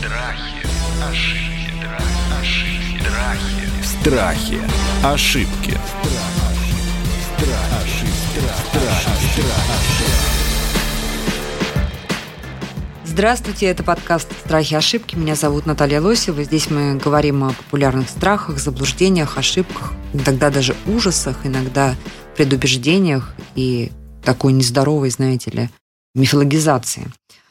Страхи, ошибки. Здравствуйте, это подкаст «Страхи, ошибки». Меня зовут Наталья Лосева. Здесь мы говорим о популярных страхах, заблуждениях, ошибках, иногда даже ужасах, иногда предубеждениях и такой нездоровой, знаете ли, мифологизации.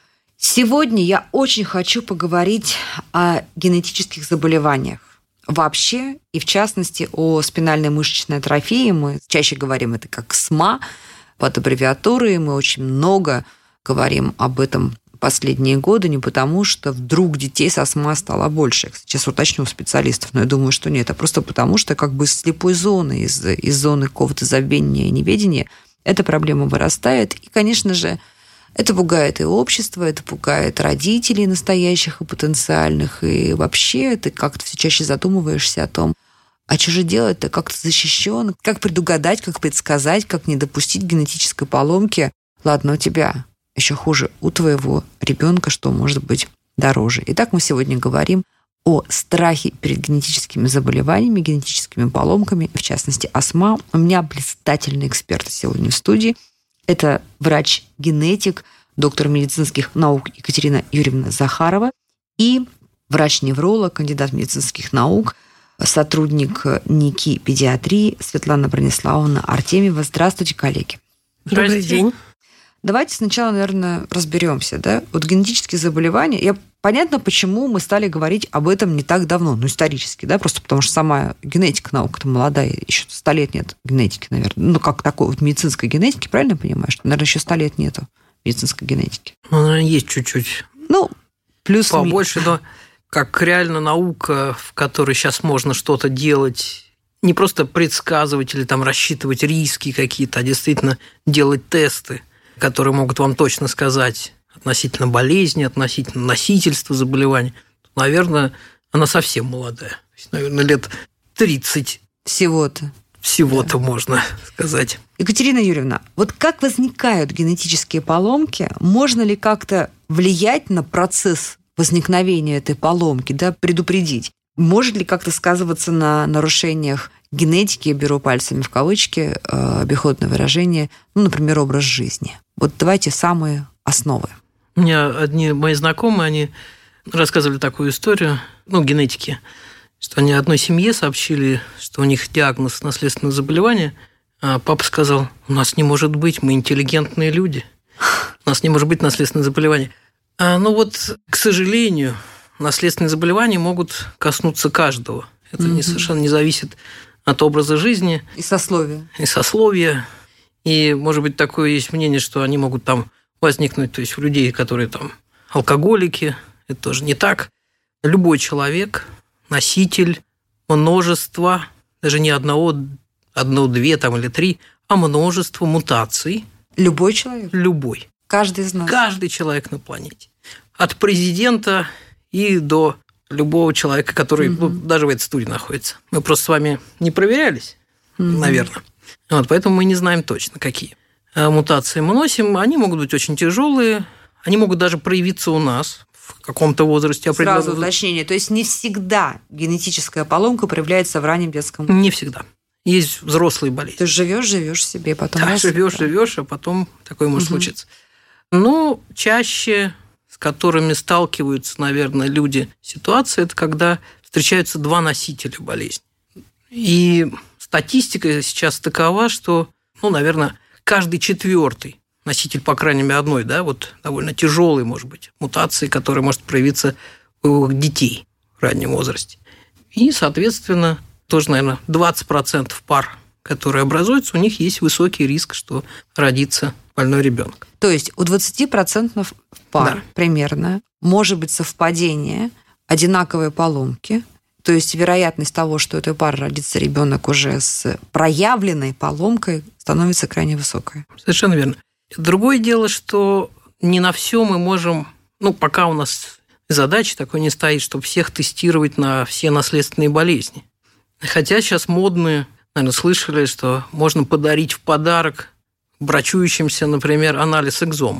Сегодня я очень хочу поговорить о генетических заболеваниях вообще, и в частности о спинальной мышечной атрофии. Мы чаще говорим это как СМА под аббревиатурой. Мы очень много говорим об этом последние годы, не потому, что вдруг детей со СМА стало больше. Я сейчас уточню у специалистов, но я думаю, что нет. А просто потому, что как бы из слепой зоны, из зоны какого-то забвения и неведения эта проблема вырастает. И, конечно же, это пугает и общество, это пугает родителей настоящих и потенциальных. И вообще ты как-то все чаще задумываешься о том, а что же делать-то, как ты защищен, как предугадать, как предсказать, как не допустить генетической поломки. Ладно, у тебя еще хуже, у твоего ребенка, что может быть дороже. Итак, мы сегодня говорим о страхе перед генетическими заболеваниями, генетическими поломками, в частности, астма. У меня блистательный эксперт сегодня в студии. Это врач-генетик, доктор медицинских наук Екатерина Юрьевна Захарова и врач-невролог, кандидат медицинских наук, сотрудник НИКИ педиатрии Светлана Брониславовна Артемьева. Здравствуйте, коллеги. Добрый день. Давайте сначала, наверное, разберемся. Да? Вот генетические заболевания. Понятно, почему мы стали говорить об этом не так давно, исторически, да, просто потому что сама генетика наука-то молодая, еще 100 лет нет генетики, наверное. Как такой вот медицинской генетики, правильно я понимаю, что, наверное, еще 100 лет нету медицинской генетики? Наверное, есть чуть-чуть. Плюс побольше, но как реально наука, в которой сейчас можно что-то делать, не просто предсказывать или там рассчитывать риски какие-то, а действительно делать тесты, которые могут вам точно сказать относительно болезни, относительно носительства заболеваний, наверное, она совсем молодая. То есть, наверное, лет 30. Всего-то да. Можно сказать. Екатерина Юрьевна, вот как возникают генетические поломки? Можно ли как-то влиять на процесс возникновения этой поломки, да, предупредить? Может ли как-то сказываться на нарушениях генетики, я беру пальцами в кавычки, обиходное выражение, например, образ жизни? Вот давайте самые основы. У меня одни мои знакомые, они рассказывали такую историю, генетики, что они одной семье сообщили, что у них диагноз наследственного заболевания, а папа сказал: у нас не может быть, мы интеллигентные люди, у нас не может быть наследственное заболевание. К сожалению, наследственные заболевания могут коснуться каждого. Это совершенно не зависит от образа жизни. И сословия. И, может быть, такое есть мнение, что они могут там возникнуть, то есть у людей, которые там алкоголики, это тоже не так. Любой человек, носитель множества, даже не одно, две там, или три, а множество мутаций. Любой человек? Любой. Каждый из нас? Каждый человек на планете. От президента и до любого человека, который даже в этой студии находится. Мы просто с вами не проверялись, наверное. Поэтому мы не знаем точно, какие мутации мы носим. Они могут быть очень тяжелые, они могут даже проявиться у нас в каком-то возрасте. Сразу уточнение. То есть не всегда генетическая поломка проявляется в раннем детском возрасте? Не всегда. Есть взрослые болезни. Ты живешь себе, потом... Да, живешь, а потом такое может случиться. Но чаще, с которыми сталкиваются, наверное, люди, ситуация, это когда встречаются два носителя болезни. И статистика сейчас такова, что, наверное, каждый четвертый носитель, по крайней мере, одной, довольно тяжелой, может быть, мутации, которая может проявиться у детей в раннем возрасте. И, соответственно, тоже, наверное, 20% пар, которые образуются, у них есть высокий риск, что родится больной ребенок. То есть у 20% пар примерно может быть совпадение, одинаковые поломки. То есть вероятность того, что у этой пары родится ребенок уже с проявленной поломкой, становится крайне высокая. Совершенно верно. Другое дело, что не на все мы можем, пока у нас задача такой не стоит, чтобы всех тестировать на все наследственные болезни. Хотя сейчас модные, наверное, слышали, что можно подарить в подарок брачующимся, например, анализ экзома.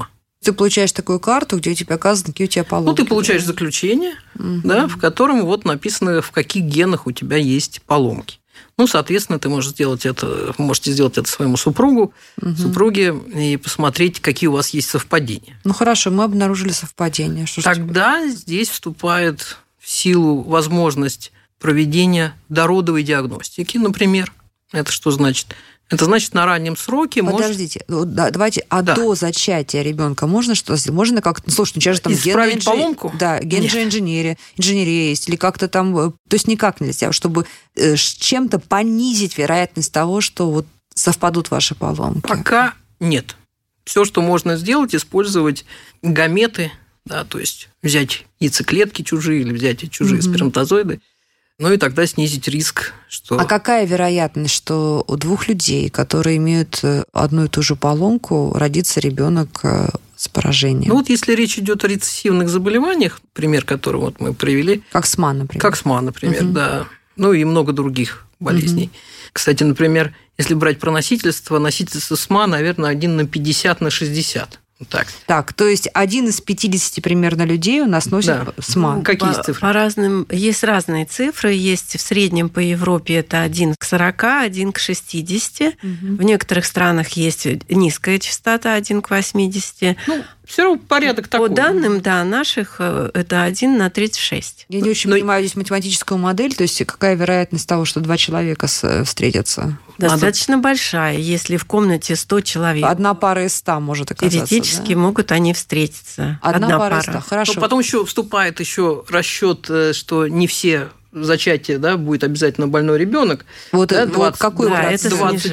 Ты получаешь такую карту, где у тебя указано, какие у тебя поломки. Ты получаешь заключение, да, в котором написано, в каких генах у тебя есть поломки. Соответственно, ты можете сделать это своему супруге и посмотреть, какие у вас есть совпадения. Хорошо, мы обнаружили совпадение. Тогда здесь вступает в силу возможность проведения дородовой диагностики, например. Это что значит? Это значит, на раннем сроке... Подождите, давайте, до зачатия ребенка можно что-то сделать? Можно как-то... Слушай, сейчас же там исправить поломку? Да, инженерия есть, или как-то там... То есть никак нельзя, чтобы с чем-то понизить вероятность того, что совпадут ваши поломки. Пока нет. Все, что можно сделать, использовать гаметы, да, то есть взять яйцеклетки чужие или взять чужие сперматозоиды, и тогда снизить риск, что... А какая вероятность, что у двух людей, которые имеют одну и ту же поломку, родится ребенок с поражением? Если речь идет о рецессивных заболеваниях, пример которого мы привели... Как СМА, например. Как СМА, например, да. И много других болезней. Кстати, например, если брать про носительство СМА, наверное, 1/50/60. Так, то есть 1 из 50 примерно людей у нас носит СМА. Какие цифры? По разным, есть разные цифры. Есть в среднем по Европе это 1 к 40, 1 к 60. В некоторых странах есть низкая частота 1 к 80. Все равно порядок такой. По данным, наших, это 1 на 36. Я не очень понимаю здесь математическую модель, то есть какая вероятность того, что два человека встретятся? Достаточно большая, если в комнате 100 человек. Одна пара из 100 может оказаться. Теоретически могут они встретиться. Одна пара из 100, хорошо. Потом вступает расчет, что не все зачатие, будет обязательно больной ребенок. Какой процент?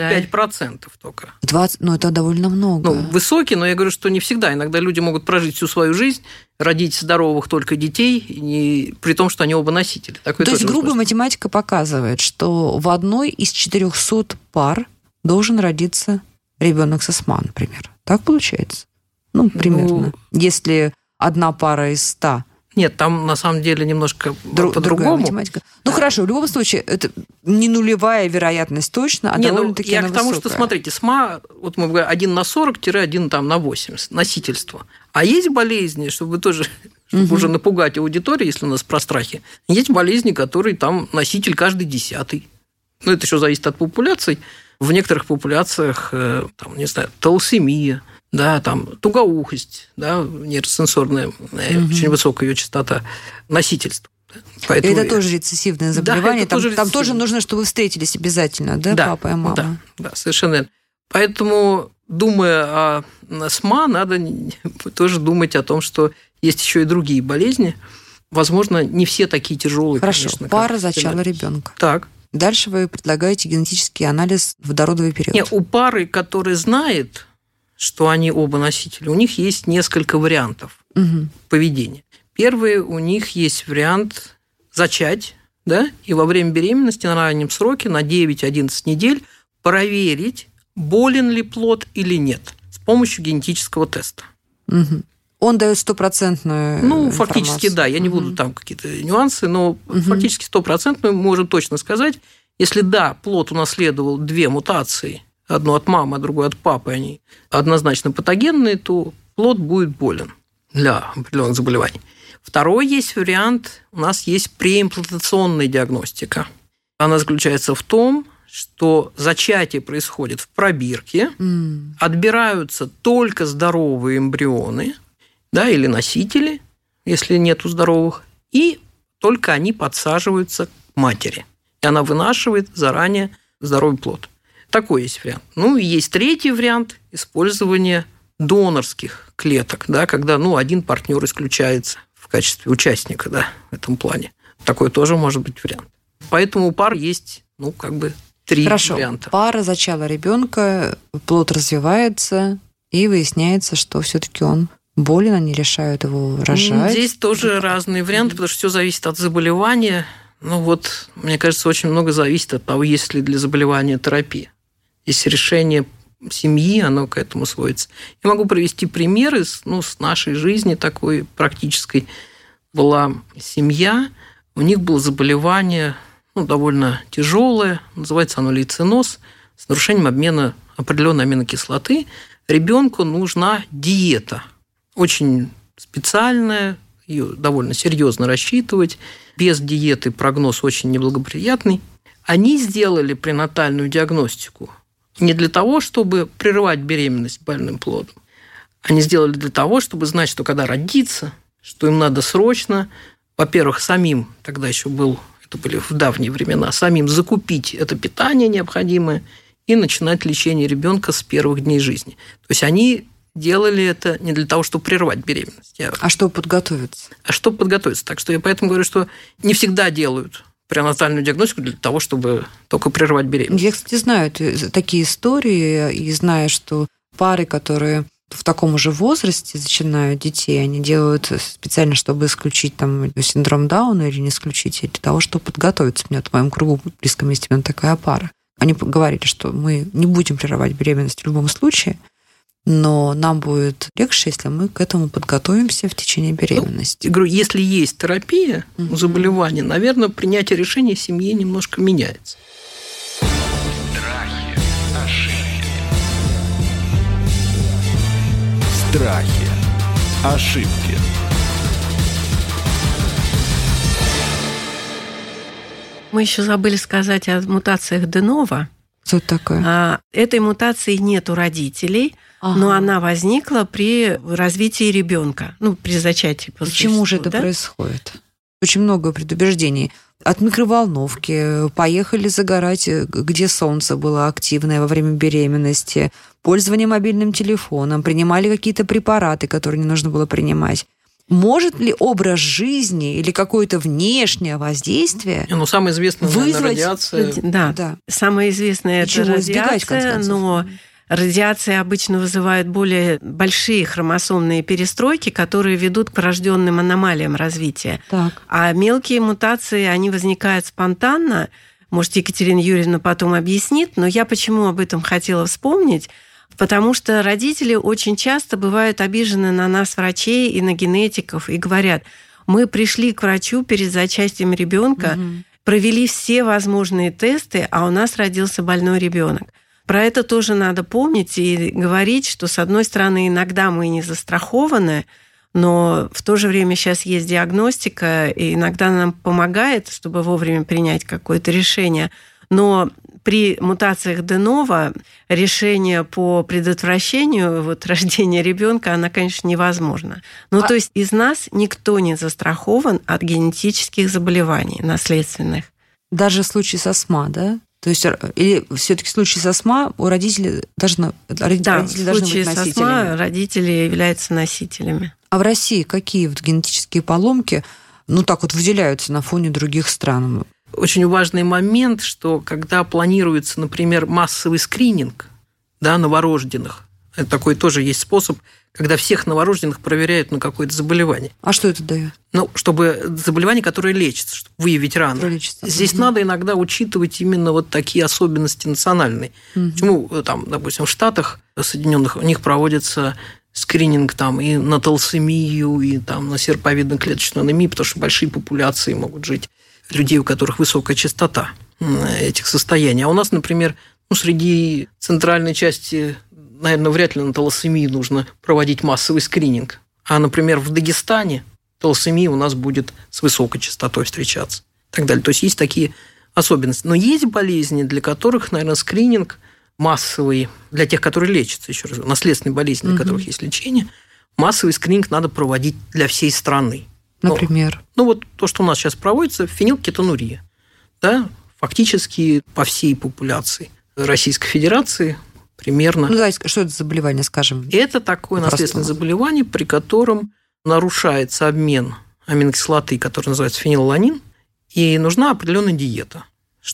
25% только. 20, это довольно много. Высокий, но я говорю, что не всегда. Иногда люди могут прожить всю свою жизнь, родить здоровых только детей, при том, что они оба носители. То есть грубая математика показывает, что в одной из 400 пар должен родиться ребенок со СМА, например. Так получается? Примерно. Если одна пара из 100. Нет, там на самом деле немножко по-другому. Математика. Хорошо, в любом случае, это не нулевая вероятность точно, а довольно-таки она высокая. Я к тому, что, смотрите, СМА, мы говорим 1 на 40-1 на 80 носительство. А есть болезни, чтобы уже напугать аудиторию, если у нас про страхи, есть болезни, которые там носитель каждый 10-й. Это еще зависит от популяций. В некоторых популяциях, талассемия, тугоухость, нейросенсорная, очень высокая ее частота носительства. Поэтому... Это тоже рецессивное заболевание. Там тоже нужно, чтобы вы встретились обязательно, папа и мама? Да, совершенно верно. Поэтому, думая о СМА, надо тоже думать о том, что есть еще и другие болезни. Возможно, не все такие тяжелые. Хорошо, конечно, пара зачала ребенка. Так. Дальше вы предлагаете генетический анализ в дородовый период. Нет, у пары, которая знает, что они оба носители, у них есть несколько вариантов поведения. Первый, у них есть вариант зачать, и во время беременности на раннем сроке, на 9-11 недель, проверить, болен ли плод или нет, с помощью генетического теста. Он дает стопроцентную информацию. Фактически, да. Я не буду там какие-то нюансы, но фактически 100% мы можем точно сказать, если плод унаследовал 2 мутации, одну от мамы, а другую от папы, они однозначно патогенные, то плод будет болен для определенных заболеваний. Второй есть вариант, у нас есть преимплантационная диагностика. Она заключается в том, что зачатие происходит в пробирке, отбираются только здоровые эмбрионы, или носители, если нету здоровых, и только они подсаживаются к матери. И она вынашивает заранее здоровый плод. Такой есть вариант. И есть третий вариант использования донорских клеток, когда один партнер исключается в качестве участника в этом плане. Такой тоже может быть вариант. Поэтому у пар есть 3 варианта. Пара зачала ребенка, плод развивается, и выясняется, что все-таки он болен, они решают его рожать. Здесь тоже разные варианты, потому что все зависит от заболевания. Мне кажется, очень много зависит от того, есть ли для заболевания терапия. Если решение семьи, оно к этому сводится. Я могу привести примеры с нашей жизни такой практической. Была семья, у них было заболевание довольно тяжелое, называется оно лейценоз, с нарушением обмена определенной аминокислоты. Ребенку нужна диета очень специальная, ее довольно серьезно рассчитывать. Без диеты прогноз очень неблагоприятный. Они сделали пренатальную диагностику не для того, чтобы прерывать беременность больным плодом. Они сделали для того, чтобы знать, что когда родится, что им надо срочно, во-первых, самим, тогда еще это были в давние времена, самим закупить это питание необходимое и начинать лечение ребенка с первых дней жизни. То есть они делали это не для того, чтобы прервать беременность. А чтобы подготовиться? Так что я поэтому говорю, что не всегда делают пренатальную диагностику для того, чтобы только прервать беременность. Я, кстати, знаю такие истории, и знаю, что пары, которые в таком же возрасте зачинают детей, они делают специально, чтобы исключить там синдром Дауна или не исключить, для того, чтобы подготовиться. У меня в моем кругу в близком месте именно такая пара. Они говорили, что мы не будем прерывать беременность в любом случае, но нам будет легче, если мы к этому подготовимся в течение беременности. Говорю, если есть терапия у заболевания, наверное, принятие решения в семье немножко меняется. Страхи, ошибки. Страхи, ошибки. Мы еще забыли сказать о мутациях де-ново. Что это такое? Этой мутации нет у родителей, но она возникла при развитии ребенка, при зачатии. Почему же это происходит? Очень много предубеждений. От микроволновки, поехали загорать, где солнце было активное во время беременности, пользование мобильным телефоном, принимали какие-то препараты, которые не нужно было принимать. Может ли образ жизни или какое-то внешнее воздействие самое известное, вызвать радиация? Да. Самое известное – это радиация, но радиация обычно вызывает более большие хромосомные перестройки, которые ведут к врожденным аномалиям развития. Так. А мелкие мутации, они возникают спонтанно. Может, Екатерина Юрьевна потом объяснит, но я почему об этом хотела вспомнить? Потому что родители очень часто бывают обижены на нас, врачей, и на генетиков, и говорят: мы пришли к врачу перед зачатием ребенка, провели все возможные тесты, а у нас родился больной ребенок. Про это тоже надо помнить и говорить, что, с одной стороны, иногда мы не застрахованы, но в то же время сейчас есть диагностика, и иногда нам помогает, чтобы вовремя принять какое-то решение. Но при мутациях де-ново решение по предотвращению рождения ребенка, она, конечно, невозможна. То есть из нас никто не застрахован от генетических заболеваний наследственных. Даже в случае с астмой, да? То есть, или все-таки в случае с астмой у родителей родители в случае быть носителями? с астмой родители являются носителями. А в России какие генетические поломки выделяются на фоне других стран? Очень важный момент, что когда планируется, например, массовый скрининг новорожденных, это такой тоже есть способ, когда всех новорожденных проверяют на какое-то заболевание. А что это дает? Чтобы заболевание, которое лечится, чтобы выявить рано. Здесь надо иногда учитывать именно такие особенности национальные. Почему допустим, в Штатах Соединенных у них проводится скрининг и на талассемию, и на серповидно-клеточную анемию, потому что большие популяции могут жить людей, у которых высокая частота этих состояний. А у нас, например, среди центральной части, наверное, вряд ли на талассемии нужно проводить массовый скрининг. А, например, в Дагестане талассемия у нас будет с высокой частотой встречаться. И так далее. То есть есть такие особенности. Но есть болезни, для которых, наверное, скрининг массовый, для тех, которые лечатся, еще раз, наследственные болезни, для которых есть лечение, массовый скрининг надо проводить для всей страны. Например? То, что у нас сейчас проводится, фенилкетонурия. Да? Фактически по всей популяции Российской Федерации примерно. Что это за заболевание, скажем? Это такое наследственное заболевание, при котором нарушается обмен аминокислоты, который называется фенилаланин, и нужна определенная диета.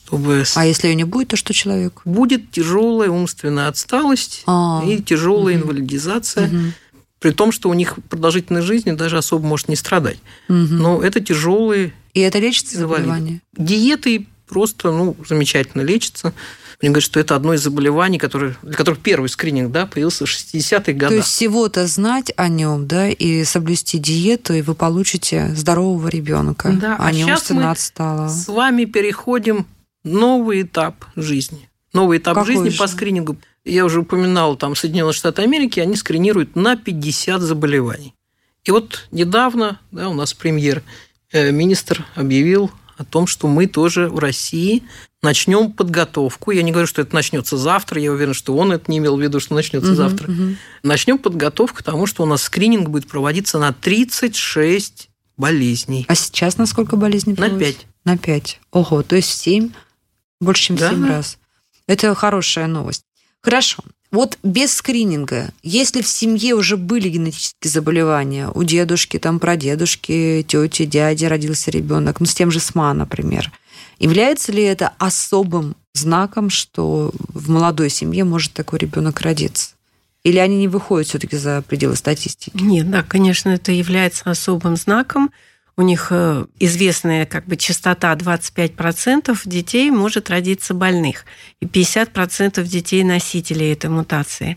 А если ее не будет, то что человеку? Будет тяжелая умственная отсталость и тяжелая инвалидизация. При том, что у них продолжительность жизни даже особо может не страдать. Но это тяжелые. И это лечится заболевание? Диетой просто замечательно лечится. Мне говорят, что это одно из заболеваний, для которых первый скрининг появился в 60-х годах. То есть всего-то знать о нем, и соблюсти диету, и вы получите здорового ребенка, а не умственно отсталого. С вами переходим в новый этап жизни. Новый этап жизни по скринингу. я уже упоминал, там Соединенные Штаты Америки, они скринируют на 50 заболеваний. И вот недавно, да, у нас премьер-министр объявил о том, что мы тоже в России начнем подготовку. Я не говорю, что это начнется завтра, я уверен, что он это не имел в виду, что начнется завтра. Начнем подготовку к тому, что у нас скрининг будет проводиться на 36 болезней. А сейчас на сколько болезней проводится? На 5. На 5. Ого, то есть в 7, больше, чем в 7 раз. Это хорошая новость. Хорошо. Вот без скрининга, если в семье уже были генетические заболевания, у дедушки, там, прадедушки, тети, дяди родился ребенок, ну, с тем же СМА, например, является ли это особым знаком, что в молодой семье может такой ребенок родиться? Или они не выходят все-таки за пределы статистики? Нет, да, конечно, это является особым знаком. У них известная частота 25% детей может родиться больных, и 50% детей носителей этой мутации.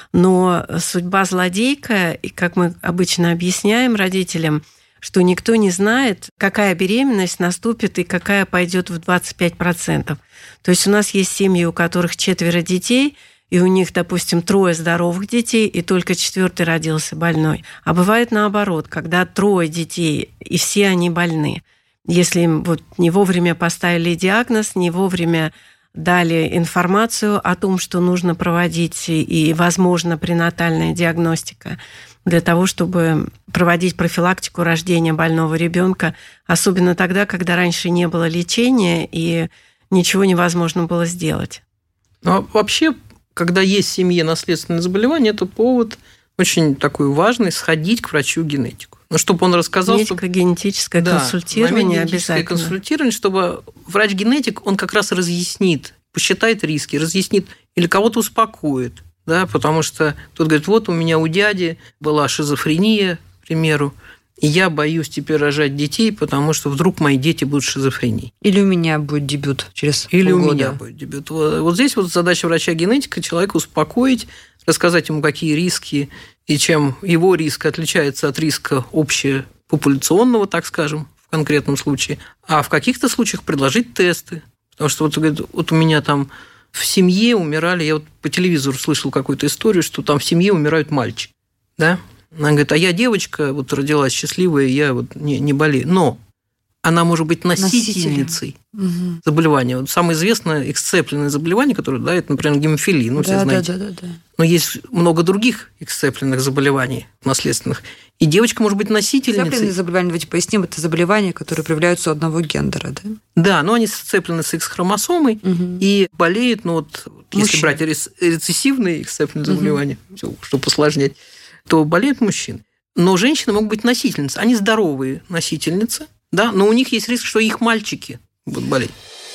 Но судьба злодейка, и как мы обычно объясняем родителям, что никто не знает, какая беременность наступит и какая пойдет в 25%. То есть у нас есть семьи, у которых 4 детей, и у них, допустим, 3 здоровых детей, и только 4 родился больной. А бывает наоборот, когда 3 детей, и все они больны. Если им не вовремя поставили диагноз, не вовремя дали информацию о том, что нужно проводить, и, возможно, пренатальная диагностика для того, чтобы проводить профилактику рождения больного ребенка, особенно тогда, когда раньше не было лечения, и ничего невозможно было сделать. Ну, вообще, когда есть в семье наследственное заболевание, это повод очень такой важный сходить к врачу-генетику. Ну, чтобы он рассказал... Медико-генетическое консультирование обязательно. Консультирование, чтобы врач-генетик, он как раз разъяснит, посчитает риски, разъяснит или кого-то успокоит. Да, потому что кто-то говорит, вот у меня у дяди была шизофрения, к примеру, и я боюсь теперь рожать детей, потому что вдруг мои дети будут шизофренией. Или у меня будет дебют через полгода. Или у меня будет дебют. Вот здесь задача врача-генетика человека успокоить, рассказать ему, какие риски, и чем его риск отличается от риска общепопуляционного, так скажем, в конкретном случае. А в каких-то случаях предложить тесты. Потому что вот у меня там в семье умирали, я по телевизору слышал какую-то историю, что там в семье умирают мальчики. Да? Она говорит, а я девочка, родилась счастливая, я не болею. Но она может быть носительницей заболевания. Самое известное эксцепленное заболевание, которое, да, это, например, гемофилия, все знаете. Да. Но есть много других эксцепленных заболеваний наследственных. И девочка может быть носительницей. Эксцепленные заболевания, давайте поясним, это заболевания, которые проявляются у одного гендера, да? Да, но они сцеплены с X-хромосомой и болеют, если брать рецессивные эксцепленные заболевания, чтобы посложнять, то болеют мужчины. Но женщины могут быть носительницы. Они здоровые носительницы, да, но у них есть риск, что их мальчики будут болеть.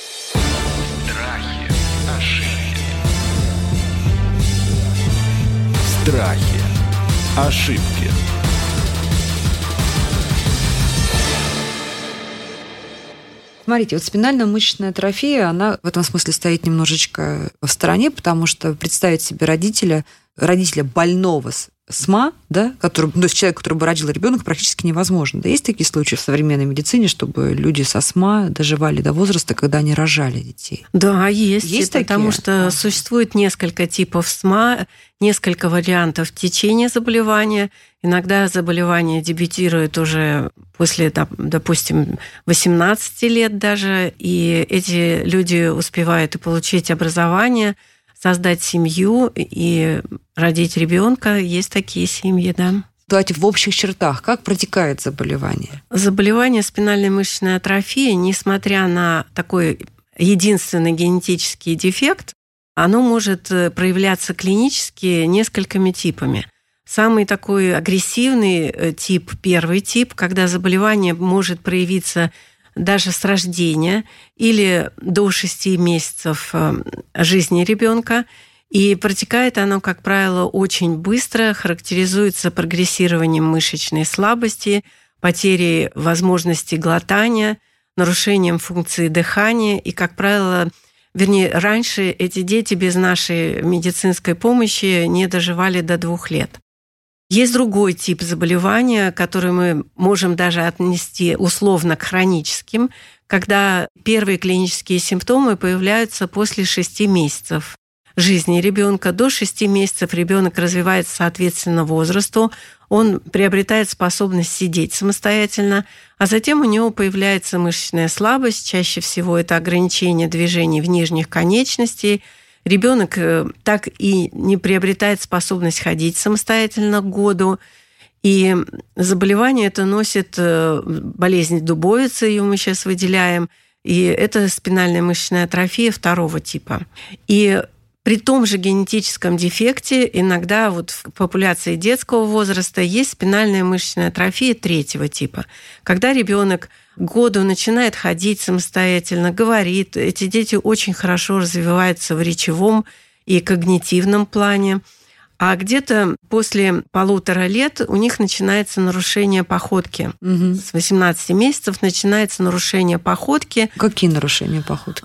Страхи, ошибки. Страхи, ошибки. Смотрите, спинально-мышечная атрофия, она в этом смысле стоит немножечко в стороне, потому что представить себе родителя больного СМА, да, то есть человек, который бы родил ребенка, практически невозможно. Да, есть такие случаи в современной медицине, чтобы люди со СМА доживали до возраста, когда они рожали детей? Да, есть потому что существует несколько типов СМА, несколько вариантов течения заболевания. Иногда заболевание дебютирует уже после, допустим, 18 лет даже, и эти люди успевают и получить образование, создать семью и родить ребенка. Есть такие семьи, да. Давайте в общих чертах, как протекает заболевание? Заболевание спинальной мышечной атрофии, несмотря на такой единственный генетический дефект, оно может проявляться клинически несколькими типами. Самый такой агрессивный тип, первый тип, когда заболевание может проявиться даже с рождения или до 6 месяцев жизни ребенка. И протекает оно, как правило, очень быстро, характеризуется прогрессированием мышечной слабости, потерей возможности глотания, нарушением функции дыхания. И, как правило, раньше эти дети без нашей медицинской помощи не доживали до 2 лет. Есть другой тип заболевания, который мы можем даже отнести условно к хроническим, когда первые клинические симптомы появляются после 6 месяцев жизни ребенка. До 6 месяцев ребенок развивается соответственно возрасту, он приобретает способность сидеть самостоятельно, а затем у него появляется мышечная слабость, чаще всего это ограничение движений в нижних конечностей. Ребенок так и не приобретает способность ходить самостоятельно к году. И заболевание это носит болезнь Дубовица, ее мы сейчас выделяем, и это спинальная мышечная атрофия 2 типа. И при том же генетическом дефекте иногда вот в популяции детского возраста есть спинальная мышечная атрофия 3 типа. Когда ребенок к году начинает ходить самостоятельно, говорит, эти дети очень хорошо развиваются в речевом и когнитивном плане. А где-то после 1,5 лет у них начинается нарушение походки. С 18 месяцев начинается нарушение походки. Какие нарушения походки?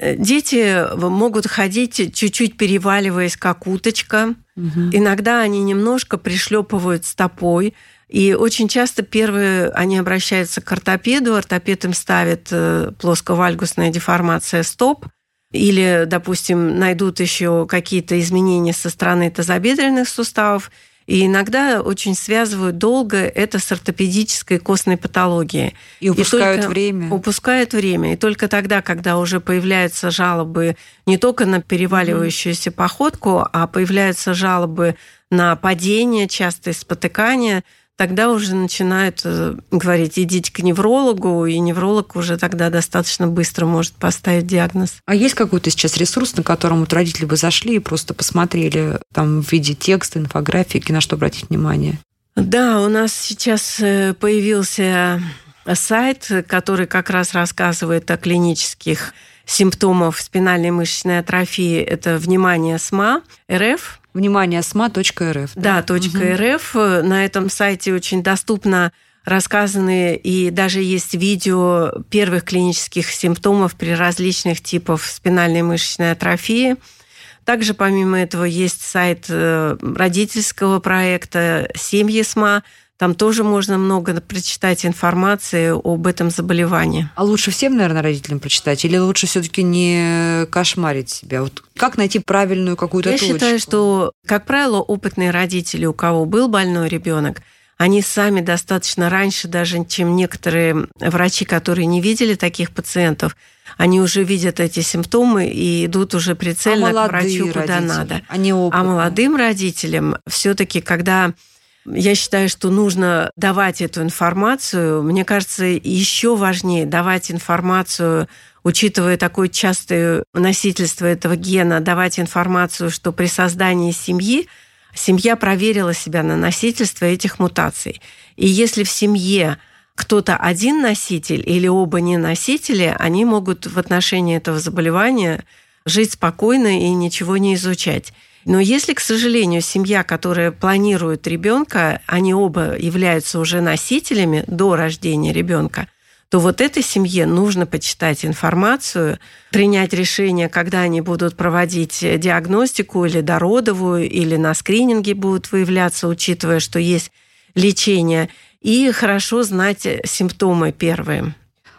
Дети могут ходить, чуть-чуть переваливаясь, как уточка. Иногда они немножко пришлепывают стопой. И очень часто первые они обращаются к ортопеду. Ортопед им ставит плосковальгусная деформация стоп. Или, допустим, найдут еще какие-то изменения со стороны тазобедренных суставов. И иногда очень связывают долго это с ортопедической костной патологией. И упускают время. Упускают время. И только тогда, когда уже появляются жалобы не только на переваливающуюся походку, а появляются жалобы на падение, частые спотыкания, тогда уже начинают говорить, идите к неврологу, и невролог уже тогда достаточно быстро может поставить диагноз. А есть какой-то сейчас ресурс, на котором вот родители бы зашли и просто посмотрели там в виде текста, инфографики, на что обратить внимание? Да, у нас сейчас появился сайт, который как раз рассказывает о клинических симптомах спинальной мышечной атрофии. Это «Внимание СМА РФ». Внимание СМА.РФ. Да, .РФ. На этом сайте очень доступно рассказаны, и даже есть видео первых клинических симптомов при различных типах спинальной мышечной атрофии. Также, помимо этого, есть сайт родительского проекта «Семьи СМА». Там тоже можно много прочитать информации об этом заболевании. А лучше всем, наверное, родителям прочитать? Или лучше все-таки не кошмарить себя? Вот как найти правильную какую-то точку? Я считаю, что, как правило, опытные родители, у кого был больной ребенок, они сами достаточно раньше, даже чем некоторые врачи, которые не видели таких пациентов, они уже видят эти симптомы и идут уже прицельно к врачу, куда надо. А молодым родителям все-таки, когда... Я считаю, что нужно давать эту информацию. Мне кажется, еще важнее давать информацию, учитывая такое частое носительство этого гена, давать информацию, что при создании семьи семья проверила себя на носительство этих мутаций. И если в семье кто-то один носитель или оба не носители, они могут в отношении этого заболевания жить спокойно и ничего не изучать. Но если, к сожалению, семья, которая планирует ребенка, они оба являются уже носителями до рождения ребенка, то вот этой семье нужно почитать информацию, принять решение, когда они будут проводить диагностику или дородовую, или на скрининге будут выявляться, учитывая, что есть лечение, и хорошо знать симптомы первые.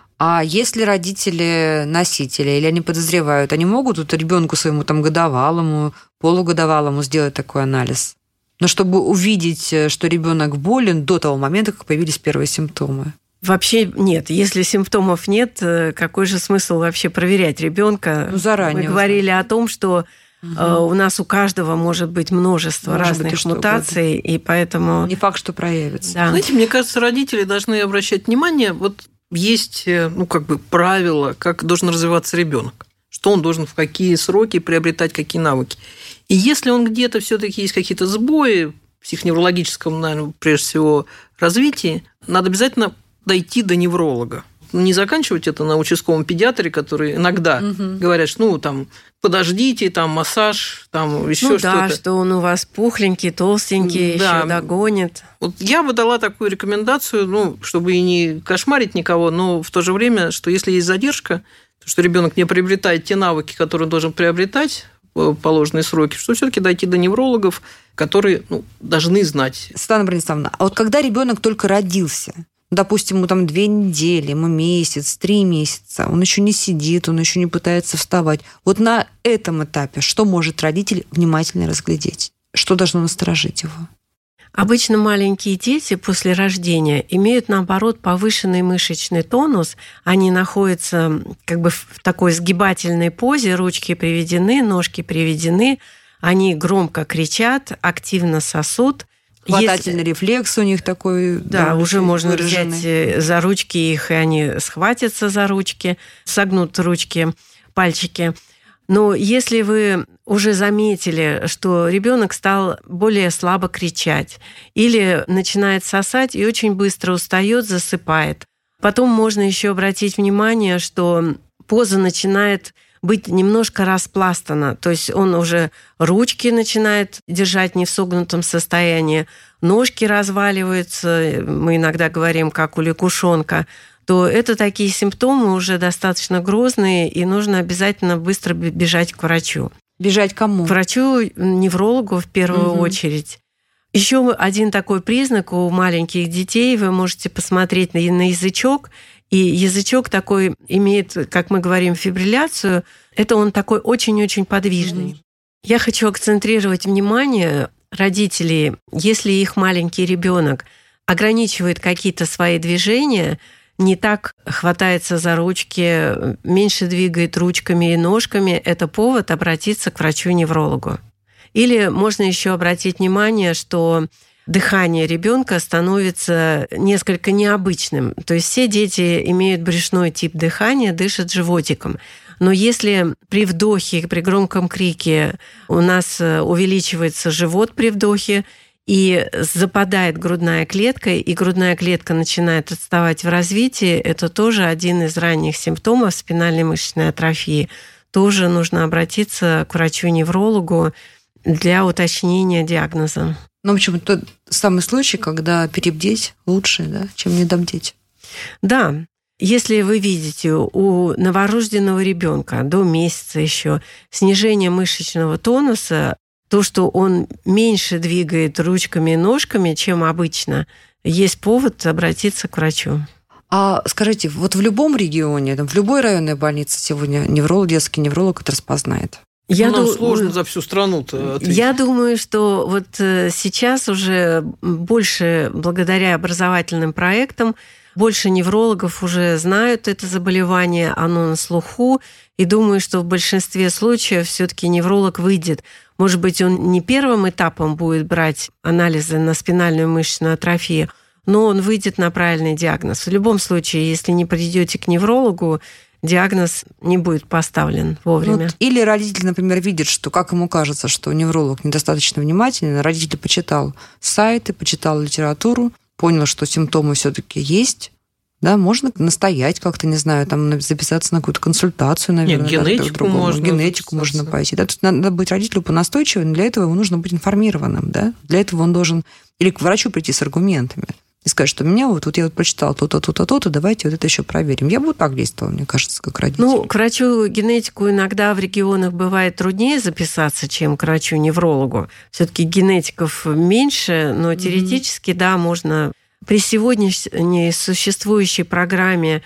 А если родители носители или они подозревают, они могут вот ребенку своему там годовалому, полугодовалому сделать такой анализ? Но чтобы увидеть, что ребенок болен до того момента, как появились первые симптомы. Вообще нет. Если симптомов нет, какой же смысл вообще проверять ребенка? Заранее. Мы говорили о том, что у нас у каждого может быть множество разных мутаций, и поэтому... Не факт, что проявится. Да. Знаете, мне кажется, родители должны обращать внимание, вот есть, правила, как должен развиваться ребенок, что он должен в какие сроки приобретать какие навыки. И если он где-то все-таки есть какие-то сбои в психоневрологическом, наверное, прежде всего, развитии, надо обязательно дойти до невролога. Не заканчивать это на участковом педиатре, которые иногда говорят, что подождите, массаж, еще что-то. Да, что он у вас пухленький, толстенький, еще догонит. Вот я бы дала такую рекомендацию, чтобы и не кошмарить никого, но в то же время, что если есть задержка, то что ребенок не приобретает те навыки, которые он должен приобретать в положенные сроки, что все-таки дойти до неврологов, которые должны знать. Светлана Брониславовна, а вот когда ребенок только родился, допустим, ему там 2 недели, ему месяц, 3 месяца, он еще не сидит, он еще не пытается вставать. Вот на этом этапе что может родитель внимательно разглядеть? Что должно насторожить его? Обычно маленькие дети после рождения имеют, наоборот, повышенный мышечный тонус. Они находятся как бы в такой сгибательной позе, ручки приведены, ножки приведены, они громко кричат, активно сосут. Хватательный рефлекс у них такой. Да, уже можно взять за ручки их, и они схватятся за ручки, согнут ручки, пальчики. Но если вы уже заметили, что ребенок стал более слабо кричать или начинает сосать и очень быстро устает, засыпает, потом можно еще обратить внимание, что поза начинает быть немножко распластана, то есть он уже ручки начинает держать не в согнутом состоянии, ножки разваливаются, мы иногда говорим, как у лягушонка, то это такие симптомы уже достаточно грозные, и нужно обязательно быстро бежать к врачу. Бежать кому? К врачу-неврологу в первую очередь. Еще один такой признак у маленьких детей, вы можете посмотреть на язычок, и язычок такой имеет, как мы говорим, фибрилляцию. Это он такой очень-очень подвижный. Я хочу акцентрировать внимание родителей, если их маленький ребенок ограничивает какие-то свои движения, не так хватается за ручки, меньше двигает ручками и ножками, это повод обратиться к врачу-неврологу. Или можно еще обратить внимание, что дыхание ребенка становится несколько необычным. То есть все дети имеют брюшной тип дыхания, дышат животиком. Но если при вдохе, при громком крике у нас увеличивается живот при вдохе, и западает грудная клетка, и грудная клетка начинает отставать в развитии, это тоже один из ранних симптомов спинальной мышечной атрофии. Тоже нужно обратиться к врачу-неврологу для уточнения диагноза. Ну, в общем, тот самый случай, когда перебдеть лучше, да, чем недобдеть. Да. Если вы видите у новорожденного ребенка до месяца еще снижение мышечного тонуса, то, что он меньше двигает ручками и ножками, чем обычно, есть повод обратиться к врачу. А скажите, вот в любом регионе, в любой районной больнице сегодня невролог, детский невролог это распознает? Нам сложно за всю страну-то ответить. Я думаю, что вот сейчас уже больше, благодаря образовательным проектам, больше неврологов уже знают это заболевание, оно на слуху, и думаю, что в большинстве случаев все-таки невролог выйдет. Может быть, он не первым этапом будет брать анализы на спинальную мышечную атрофию, но он выйдет на правильный диагноз. В любом случае, если не придете к неврологу, диагноз не будет поставлен вовремя. Вот, или родитель, например, видит, что, как ему кажется, что невролог недостаточно внимательный, родитель почитал сайты, почитал литературу, понял, что симптомы все-таки есть. Да, можно настоять как-то, не знаю, там записаться на какую-то консультацию, наверное. Нет, генетику можно пойти. Да? То есть надо быть родителю понастойчивым, для этого ему нужно быть информированным. Да? Для этого он должен или к врачу прийти с аргументами и сказать, что меня вот я прочитал то-то, то-то, то-то, давайте вот это еще проверим. Я бы так действовала, мне кажется, как родитель. Ну, к врачу-генетику иногда в регионах бывает труднее записаться, чем к врачу-неврологу. Все-таки генетиков меньше, но теоретически, да, можно. При сегодняшней существующей программе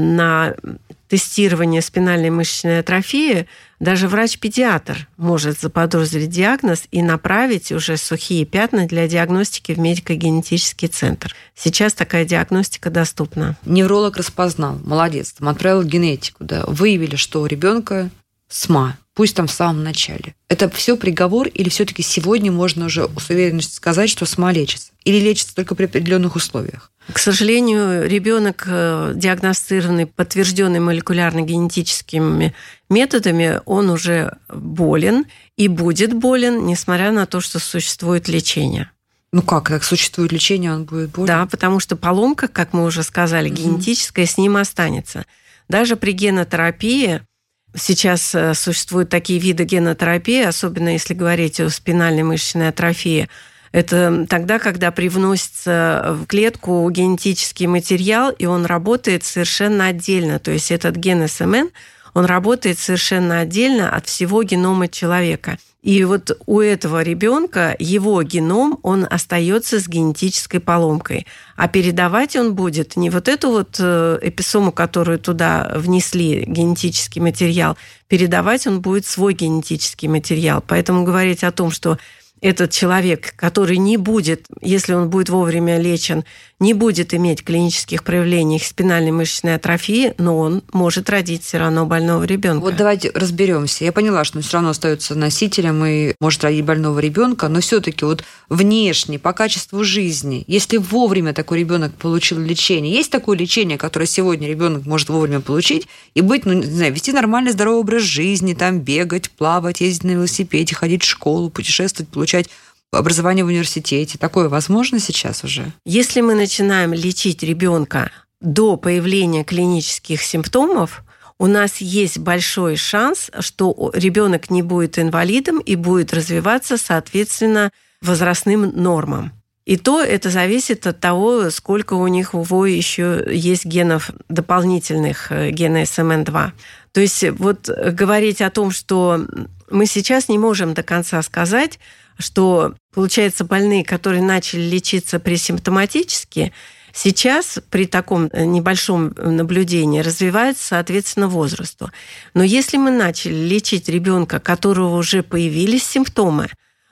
на тестирование спинальной мышечной атрофии даже врач-педиатр может заподозрить диагноз и направить уже сухие пятна для диагностики в медико-генетический центр. Сейчас такая диагностика доступна. Невролог распознал, молодец, там отправил генетику, да, выявили, что у ребенка СМА, пусть там в самом начале. Это все приговор, или все-таки сегодня можно уже с уверенностью сказать, что СМА лечится? Или лечится только при определенных условиях? К сожалению, ребенок, диагностированный, подтвержденный молекулярно-генетическими методами, он уже болен и будет болен, несмотря на то, что существует лечение. Ну как, так существует лечение, он будет болен? Да, потому что поломка, как мы уже сказали, генетическая с ним останется. Даже при генотерапии сейчас существуют такие виды генотерапии, особенно если говорить о спинальной мышечной атрофии. Это тогда, когда привносится в клетку генетический материал, и он работает совершенно отдельно. То есть этот ген СМН, он работает совершенно отдельно от всего генома человека. И вот у этого ребенка его геном, он остается с генетической поломкой. А передавать он будет не вот эту вот эписому, которую туда внесли, генетический материал, передавать он будет свой генетический материал. Поэтому говорить о том, что этот человек, который не будет, если он будет вовремя лечен, не будет иметь клинических проявлений спинальной мышечной атрофии, но он может родить все равно больного ребенка. Вот давайте разберемся. Я поняла, что он все равно остается носителем и может родить больного ребенка, но все-таки вот внешне, по качеству жизни, если вовремя такой ребенок получил лечение, есть такое лечение, которое сегодня ребенок может вовремя получить и быть, не знаю, вести нормальный здоровый образ жизни, там бегать, плавать, ездить на велосипеде, ходить в школу, путешествовать, получать образование в университете. Такое возможно сейчас уже? Если мы начинаем лечить ребенка до появления клинических симптомов, у нас есть большой шанс, что ребенок не будет инвалидом и будет развиваться соответственно возрастным нормам. И то это зависит от того, сколько у них еще есть генов дополнительных, гена SMN2. То есть вот говорить о том, что мы сейчас не можем до конца сказать, что, получается, больные, которые начали лечиться пресимптоматически, сейчас при таком небольшом наблюдении развиваются соответственно возрасту. Но если мы начали лечить ребенка, у которого уже появились симптомы,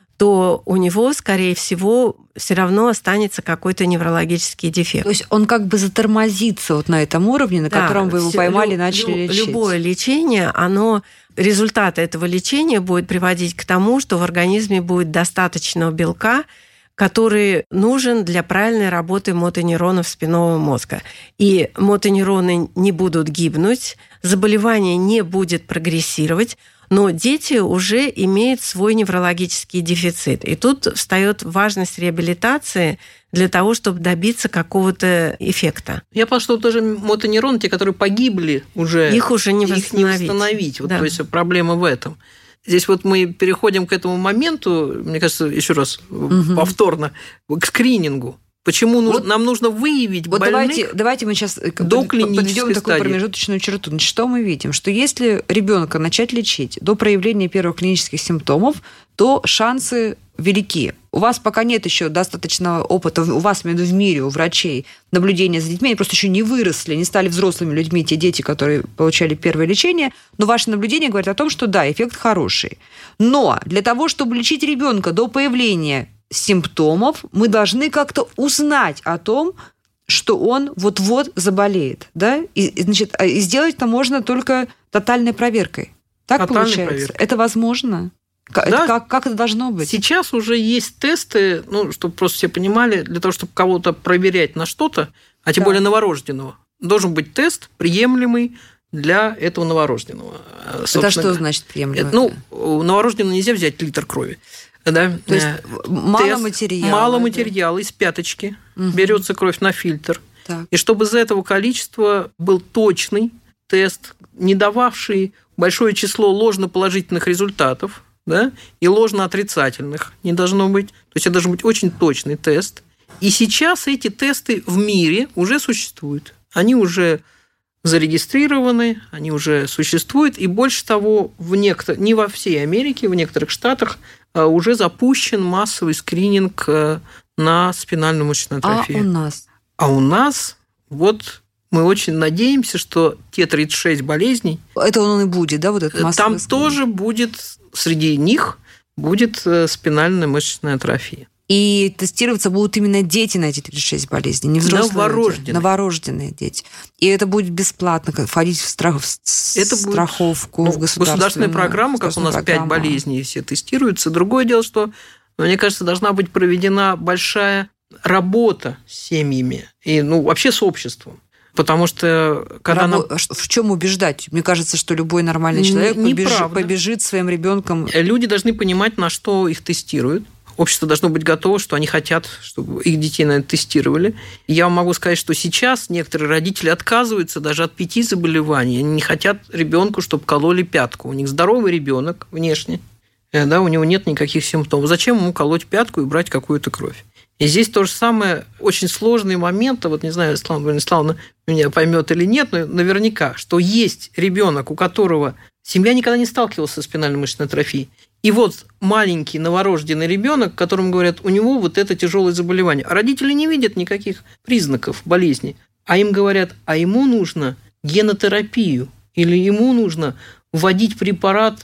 то у него, скорее всего, все равно останется какой-то неврологический дефект. То есть он как бы затормозится вот на этом уровне, на котором вы его поймали и начали лечить. Любое лечение, результат этого лечения будет приводить к тому, что в организме будет достаточно белка, который нужен для правильной работы мотонейронов спинного мозга. И мотонейроны не будут гибнуть, заболевание не будет прогрессировать, но дети уже имеют свой неврологический дефицит. И тут встает важность реабилитации для того, чтобы добиться какого-то эффекта. Я поняла, что тоже мотонейроны, те, которые погибли уже, их уже не восстановить. Вот, да. То есть проблема в этом. Здесь вот мы переходим к этому моменту, мне кажется, еще раз повторно, к скринингу. Почему нам нужно выявить больных? Давайте мы сейчас подведем такую промежуточную черту. Значит, что мы видим? Что если ребенка начать лечить до проявления первых клинических симптомов, то шансы велики. У вас пока нет еще достаточного опыта, у вас, именно в мире, у врачей, наблюдения за детьми, они просто еще не выросли, не стали взрослыми людьми, те дети, которые получали первое лечение, но ваши наблюдения говорят о том, что да, эффект хороший. Но для того, чтобы лечить ребенка до появления симптомов, мы должны как-то узнать о том, что он вот-вот заболеет. Да? И сделать это можно только тотальной проверкой. Так получается? Проверкой. Это возможно? Да. Как это должно быть? Сейчас уже есть тесты, чтобы просто все понимали, для того, чтобы кого-то проверять на что-то, а тем более новорожденного, должен быть тест, приемлемый для этого новорожденного. Это что значит приемлемый? У новорожденного нельзя взять литр крови. Да? То есть мало материала. Мало материала, из пяточки берется кровь на фильтр. Так. И чтобы из этого количества был точный тест, не дававший большое число ложноположительных результатов, да, и ложноотрицательных не должно быть. То есть это должен быть очень точный тест. И сейчас эти тесты в мире уже существуют. Они уже зарегистрированы, они уже существуют. И больше того, не во всей Америке, в некоторых штатах уже запущен массовый скрининг на спинальную мышечную атрофию. А у нас вот мы очень надеемся, что те 36 болезней... Это он и будет, да, вот этот массовый скрининг? Там тоже будет, среди них будет спинальная мышечная атрофия. И тестироваться будут именно дети на эти 36 болезней, не взрослые. Новорожденные дети. И это будет бесплатно, входить в страховку, в государственная программа, как у нас 5 болезней, все тестируются. Другое дело, что, мне кажется, должна быть проведена большая работа с семьями и вообще с обществом. Потому что в чем убеждать? Мне кажется, что любой нормальный человек побежит своим ребенком. Люди должны понимать, на что их тестируют. Общество должно быть готово, что они хотят, чтобы их детей на это тестировали. Я вам могу сказать, что сейчас некоторые родители отказываются даже от 5 заболеваний. Они не хотят ребенку, чтобы кололи пятку. У них здоровый ребенок внешне, да, у него нет никаких симптомов. Зачем ему колоть пятку и брать какую-то кровь? И здесь то же самое, очень сложный момент, вот не знаю, Славна меня поймет или нет, но наверняка, что есть ребенок, у которого семья никогда не сталкивалась со спинальной мышечной атрофией, И вот маленький новорожденный ребенок, которому говорят, у него вот это тяжелое заболевание. А родители не видят никаких признаков болезни. А им говорят, а ему нужно генотерапию. Или ему нужно вводить препарат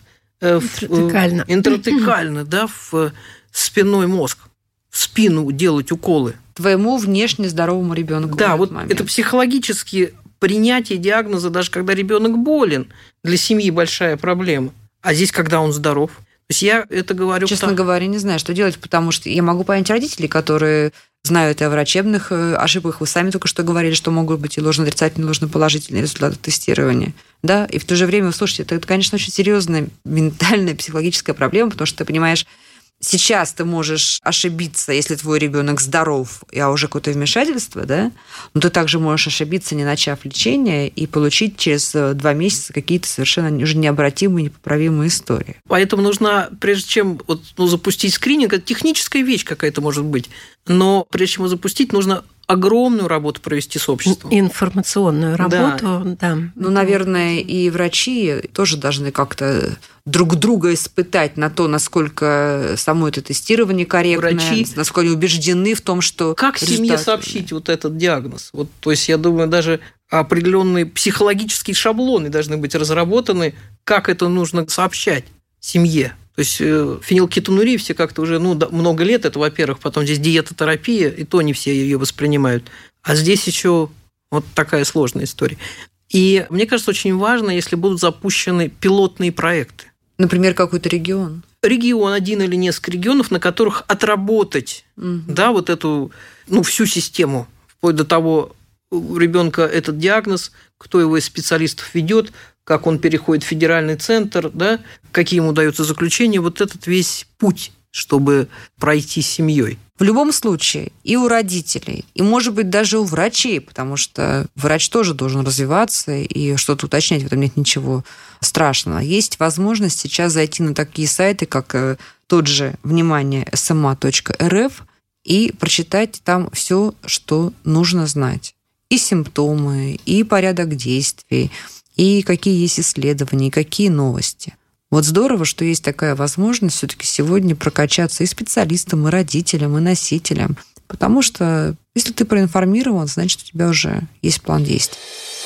интратекально, да, в спинной мозг, в спину делать уколы. Твоему внешне здоровому ребенку. Да, вот момент. Это психологически принятие диагноза, даже когда ребенок болен, для семьи большая проблема. А здесь, когда он здоров. То есть я это говорю... Честно говоря, не знаю, что делать, потому что я могу понять родителей, которые знают и о врачебных ошибках. Вы сами только что говорили, что могут быть и ложно-отрицательные, и ложно-положительные результаты тестирования. Да? И в то же время, слушайте, это, конечно, очень серьезная ментальная, психологическая проблема, потому что ты понимаешь, сейчас ты можешь ошибиться, если твой ребенок здоров, а уже какое-то вмешательство, да, но ты также можешь ошибиться, не начав лечение, и получить через 2 месяца какие-то совершенно уже необратимые, непоправимые истории. Поэтому нужно, прежде чем запустить скрининг, это техническая вещь какая-то может быть, но прежде чем его запустить, нужно огромную работу провести с обществом. Информационную работу, да. Ну, наверное, и врачи тоже должны как-то друг друга испытать на то, насколько само это тестирование корректное, врачи, насколько они убеждены в том, что... Как семье сообщить вот этот диагноз? То есть, я думаю, даже определенные психологические шаблоны должны быть разработаны, как это нужно сообщать семье. То есть фенилкетонурия все как-то уже много лет, это, во-первых, потом здесь диетотерапия, и то не все ее воспринимают. А здесь еще вот такая сложная история. И мне кажется, очень важно, если будут запущены пилотные проекты. Например, какой-то регион. Регион, один или несколько регионов, на которых отработать вот эту всю систему, вплоть до того, у ребенка этот диагноз, кто его из специалистов ведет, как он переходит в федеральный центр, да, какие ему даются заключения, вот этот весь путь, чтобы пройти с семьей. В любом случае, и у родителей, и, может быть, даже у врачей, потому что врач тоже должен развиваться и что-то уточнять, в этом нет ничего страшного. Есть возможность сейчас зайти на такие сайты, как тот же, внимание, sma.rf, и прочитать там все, что нужно знать. И симптомы, и порядок действий, и какие есть исследования, и какие новости. Вот здорово, что есть такая возможность все-таки сегодня прокачаться и специалистам, и родителям, и носителям. Потому что если ты проинформирован, значит, у тебя уже есть план действий.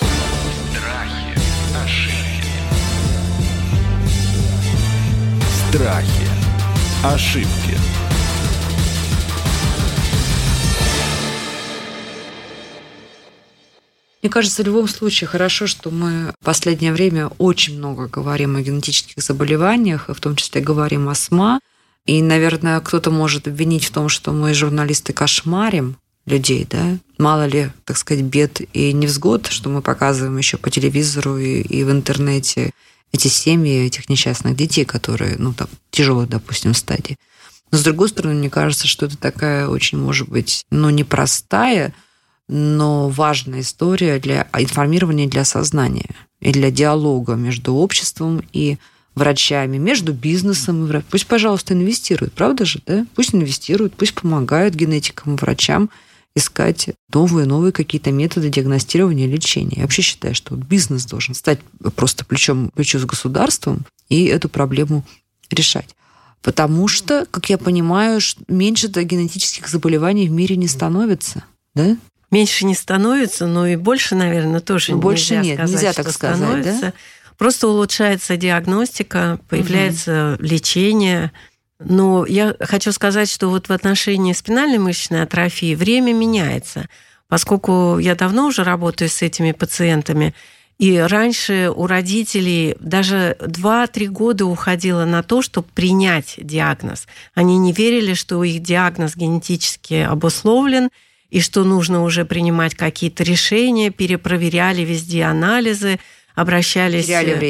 Страхи, ошибки. Страхи, ошибки. Мне кажется, в любом случае хорошо, что мы в последнее время очень много говорим о генетических заболеваниях, и в том числе говорим о СМА. И, наверное, кто-то может обвинить в том, что мы, журналисты, кошмарим людей, да? Мало ли, так сказать, бед и невзгод, что мы показываем еще по телевизору и в интернете эти семьи этих несчастных детей, которые, тяжелой, допустим, стадии. Но, с другой стороны, мне кажется, что это такая очень, может быть, непростая, но важная история для информирования, для сознания и для диалога между обществом и врачами, между бизнесом и врачами. Пусть, пожалуйста, инвестируют, правда же, да? Пусть инвестируют, пусть помогают генетикам и врачам искать новые какие-то методы диагностирования и лечения. Я вообще считаю, что бизнес должен стать просто плечом к плечу с государством и эту проблему решать. Потому что, как я понимаю, меньше-то генетических заболеваний в мире не становится, да? Меньше не становится, но и больше, наверное, тоже нельзя так сказать, становится. Да? Просто улучшается диагностика, появляется лечение. Но я хочу сказать, что вот в отношении спинальной мышечной атрофии время меняется. Поскольку я давно уже работаю с этими пациентами, и раньше у родителей даже 2-3 года уходило на то, чтобы принять диагноз. Они не верили, что их диагноз генетически обусловлен, и что нужно уже принимать какие-то решения, перепроверяли везде анализы, обращались...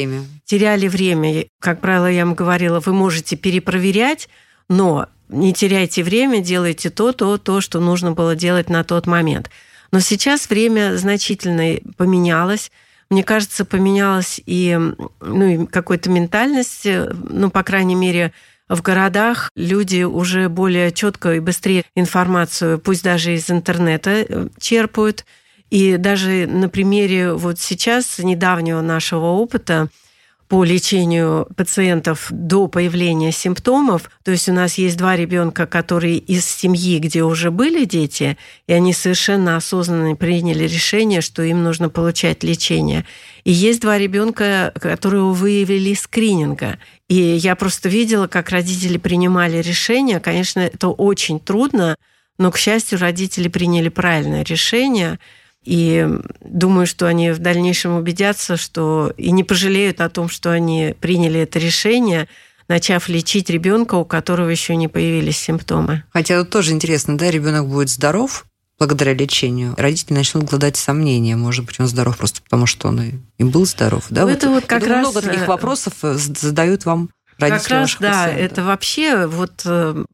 Теряли время. Как правило, я им говорила, вы можете перепроверять, но не теряйте время, делайте то, что нужно было делать на тот момент. Но сейчас время значительно поменялось. Мне кажется, поменялась и какая-то ментальность, по крайней мере, в городах люди уже более четко и быстрее информацию, пусть даже из интернета, черпают. И даже на примере вот сейчас недавнего нашего опыта по лечению пациентов до появления симптомов. То есть у нас есть 2 ребенка, которые из семьи, где уже были дети, и они совершенно осознанно приняли решение, что им нужно получать лечение. И есть 2 ребенка, которые выявили из скрининга. И я просто видела, как родители принимали решение. Конечно, это очень трудно, но, к счастью, родители приняли правильное решение. И думаю, что они в дальнейшем убедятся, что и не пожалеют о том, что они приняли это решение, начав лечить ребенка, у которого еще не появились симптомы. Хотя тут тоже интересно, да, ребенок будет здоров благодаря лечению, родители начнут гладать сомнения, может быть, он здоров просто потому, что он и был здоров, да? Это вот как раз много таких вопросов задают вам родители. Как раз, ваших да, пациентов. это вообще вот.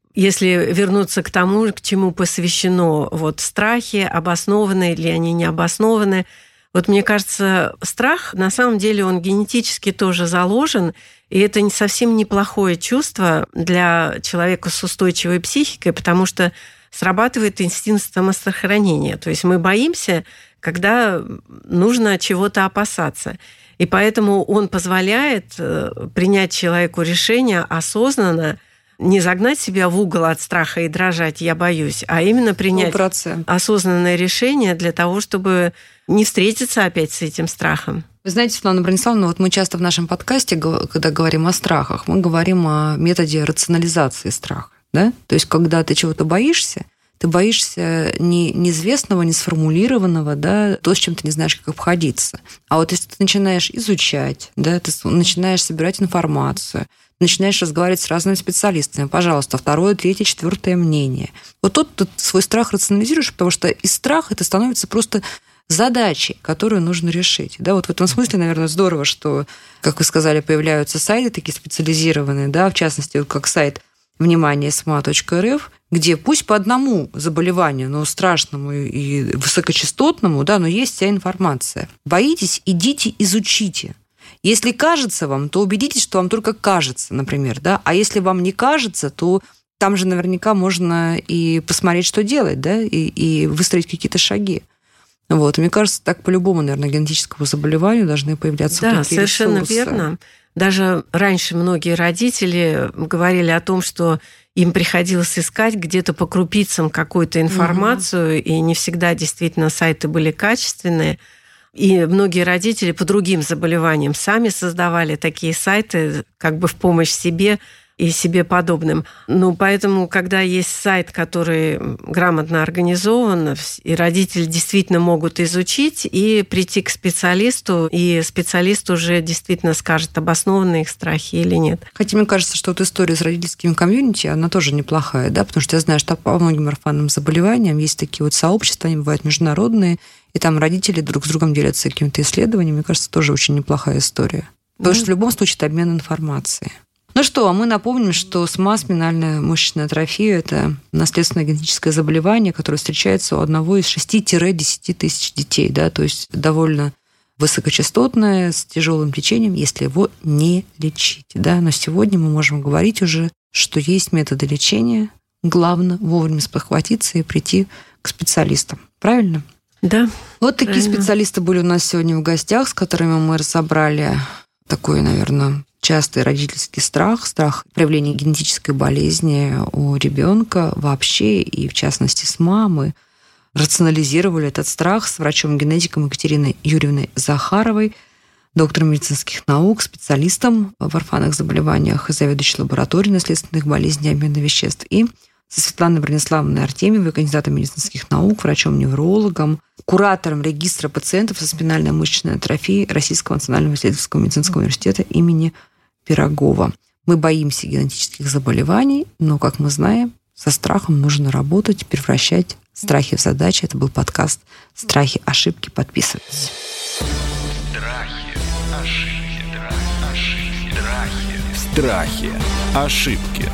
Если вернуться к тому, к чему посвящено вот страхи, обоснованы или они не обоснованы, вот мне кажется, страх, на самом деле, он генетически тоже заложен, и это не совсем неплохое чувство для человека с устойчивой психикой, потому что срабатывает инстинкт самосохранения. То есть мы боимся, когда нужно чего-то опасаться. И поэтому он позволяет принять человеку решение осознанно, не загнать себя в угол от страха и дрожать, я боюсь, а именно принять 100%. осознанное решение для того, чтобы не встретиться опять с этим страхом. Вы знаете, Светлана Брониславовна, вот мы часто в нашем подкасте, когда говорим о страхах, мы говорим о методе рационализации страха. Да? То есть, когда ты чего-то боишься, ты боишься неизвестного, несформулированного, да, то, с чем ты не знаешь, как обходиться. А вот если ты начинаешь изучать, да, ты начинаешь собирать информацию, начинаешь разговаривать с разными специалистами, пожалуйста, 2, 3, 4 мнение. Вот тут ты свой страх рационализируешь, потому что из страха это становится просто задачей, которую нужно решить. Да, вот в этом смысле, наверное, здорово, что, как вы сказали, появляются сайты такие специализированные, да, в частности, вот как сайт внимание.sma.рф, где пусть по одному заболеванию, но страшному и высокочастотному, да, но есть вся информация. Боитесь, идите, изучите. Если кажется вам, то убедитесь, что вам только кажется, например, да, а если вам не кажется, то там же наверняка можно и посмотреть, что делать, да, и выстроить какие-то шаги. Вот. И мне кажется, так по любому, наверное, генетическому заболеванию должны появляться такие ресурсы. Да, совершенно верно. Даже раньше многие родители говорили о том, что им приходилось искать где-то по крупицам какую-то информацию, и не всегда действительно сайты были качественные. И многие родители по другим заболеваниям сами создавали такие сайты как бы в помощь себе и себе подобным. Ну, поэтому, когда есть сайт, который грамотно организован, и родители действительно могут изучить и прийти к специалисту, и специалист уже действительно скажет, обоснованы их страхи или нет. Хотя мне кажется, что вот история с родительским комьюнити, она тоже неплохая, да, потому что я знаю, что по многим орфанным заболеваниям есть такие вот сообщества, они бывают международные, и там родители друг с другом делятся какими-то исследованиями. Мне кажется, тоже очень неплохая история. Потому что в любом случае это обмен информацией. Ну что, а мы напомним, что СМА, спинальная мышечная атрофия, это наследственное генетическое заболевание, которое встречается у одного из 6-10 тысяч детей. Да? То есть довольно высокочастотное, с тяжелым течением, если его не лечить. Да? Но сегодня мы можем говорить уже, что есть методы лечения. Главное вовремя спохватиться и прийти к специалистам. Правильно? Да. Вот такие специалисты были у нас сегодня в гостях, с которыми мы разобрали такой, наверное, частый родительский страх проявления генетической болезни у ребенка вообще, и в частности с мамой. Рационализировали этот страх с врачом-генетиком Екатериной Юрьевной Захаровой, доктором медицинских наук, специалистом в орфанных заболеваниях и заведующей лабораторией наследственных болезней и обмена веществ, и со Светланой Брониславовной Артемьевой, кандидатом медицинских наук, врачом-неврологом, куратором регистра пациентов со спинальной мышечной атрофией Российского национального исследовательского медицинского университета имени Пирогова. Мы боимся генетических заболеваний, но, как мы знаем, со страхом нужно работать, превращать страхи в задачи. Это был подкаст «Страхи, ошибки». Подписывайтесь. Страхи, ошибки.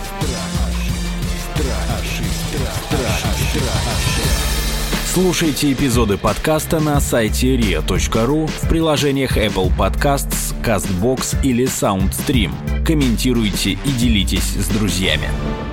Слушайте эпизоды подкаста на сайте ria.ru, в приложениях Apple Podcasts, CastBox или SoundStream. Комментируйте и делитесь с друзьями.